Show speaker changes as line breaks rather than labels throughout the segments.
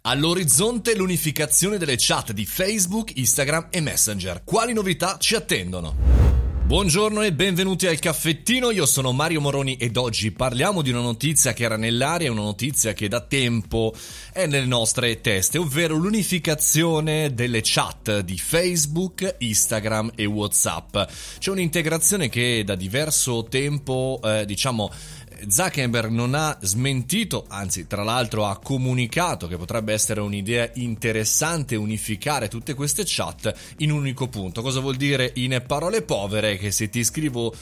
All'orizzonte l'unificazione delle chat di Facebook, Instagram e Messenger. Quali novità ci attendono? Buongiorno e benvenuti al caffettino, io sono Mario Moroni ed oggi parliamo di una notizia che era nell'aria, una notizia che da tempo è nelle nostre teste, ovvero l'unificazione delle chat di Facebook, Instagram e WhatsApp. C'è un'integrazione che da diverso tempo, Zuckerberg non ha smentito, anzi tra l'altro ha comunicato che potrebbe essere un'idea interessante unificare tutte queste chat in un unico punto. Cosa vuol dire in parole povere? Che se ti scrivo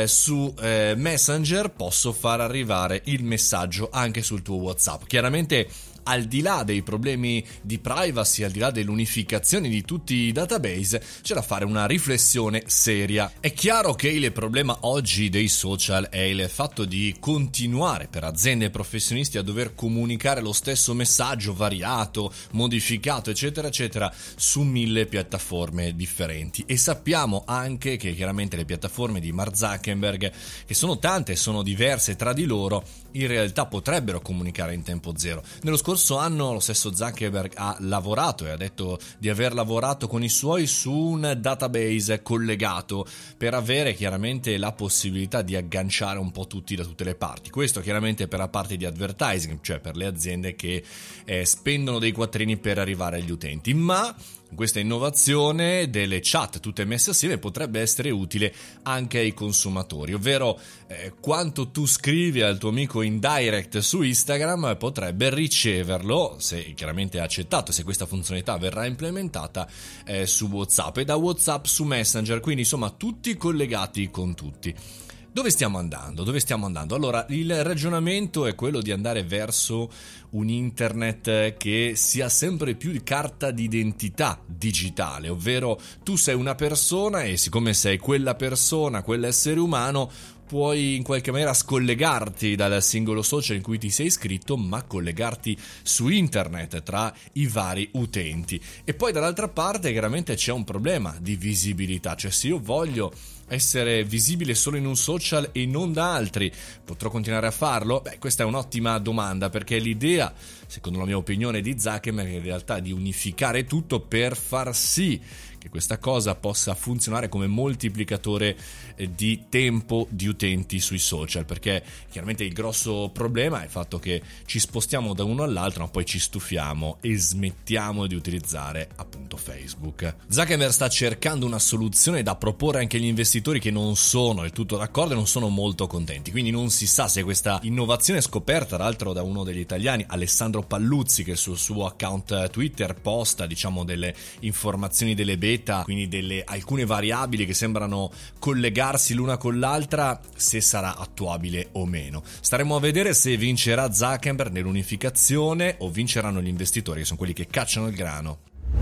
su Messenger posso far arrivare il messaggio anche sul tuo WhatsApp. Chiaramente al di là dei problemi di privacy, al di là dell'unificazione di tutti i database, c'è da fare una riflessione seria. È chiaro che il problema oggi dei social è il fatto di continuare per aziende e professionisti a dover comunicare lo stesso messaggio variato, modificato, eccetera, eccetera, su 1000 piattaforme differenti. E sappiamo anche che chiaramente le piattaforme di Mark Zuckerberg, che sono tante, sono diverse tra di loro, in realtà potrebbero comunicare in tempo zero. Nello scorso anno lo stesso Zuckerberg ha lavorato e ha detto di aver lavorato con i suoi su un database collegato per avere chiaramente la possibilità di agganciare un po' tutti da tutte le parti. Questo chiaramente per la parte di advertising, cioè per le aziende che spendono dei quattrini per arrivare agli utenti, ma questa innovazione delle chat tutte messe assieme potrebbe essere utile anche ai consumatori, ovvero quanto tu scrivi al tuo amico in direct su Instagram potrebbe riceverlo, se chiaramente è accettato, se questa funzionalità verrà implementata, su WhatsApp e da WhatsApp su Messenger, quindi insomma tutti collegati con tutti. Dove stiamo andando? Allora, il ragionamento è quello di andare verso un internet che sia sempre più carta d'identità digitale, ovvero tu sei una persona e siccome sei quella persona, quell'essere umano, puoi in qualche maniera scollegarti dal singolo social in cui ti sei iscritto, ma collegarti su internet tra i vari utenti. E poi dall'altra parte chiaramente c'è un problema di visibilità, cioè se io voglio essere visibile solo in un social e non da altri, potrò continuare a farlo? Beh, questa è un'ottima domanda, perché l'idea, secondo la mia opinione, di Zuckerberg è in realtà di unificare tutto per far sì che questa cosa possa funzionare come moltiplicatore di tempo di utenti sui social, perché chiaramente il grosso problema è il fatto che ci spostiamo da uno all'altro ma poi ci stufiamo e smettiamo di utilizzare appunto Facebook. Zuckerberg sta cercando una soluzione da proporre anche agli investitori che non sono del tutto d'accordo e non sono molto contenti, quindi non si sa se questa innovazione scoperta tra l'altro da uno degli italiani, Alessandro Palluzzi, che sul suo account Twitter posta delle informazioni delle beta, quindi alcune variabili che sembrano collegarsi l'una con l'altra, se sarà attuabile o meno. Staremo a vedere se vincerà Zuckerberg nell'unificazione o vinceranno gli investitori, che sono quelli che cacciano il grano.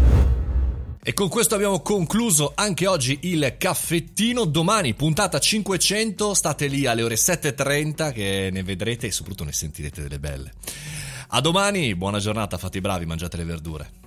E con questo abbiamo concluso anche oggi il caffettino. Domani puntata 500, state lì alle ore 7:30 che ne vedrete e soprattutto ne sentirete delle belle. A domani, buona giornata, fate i bravi, mangiate le verdure.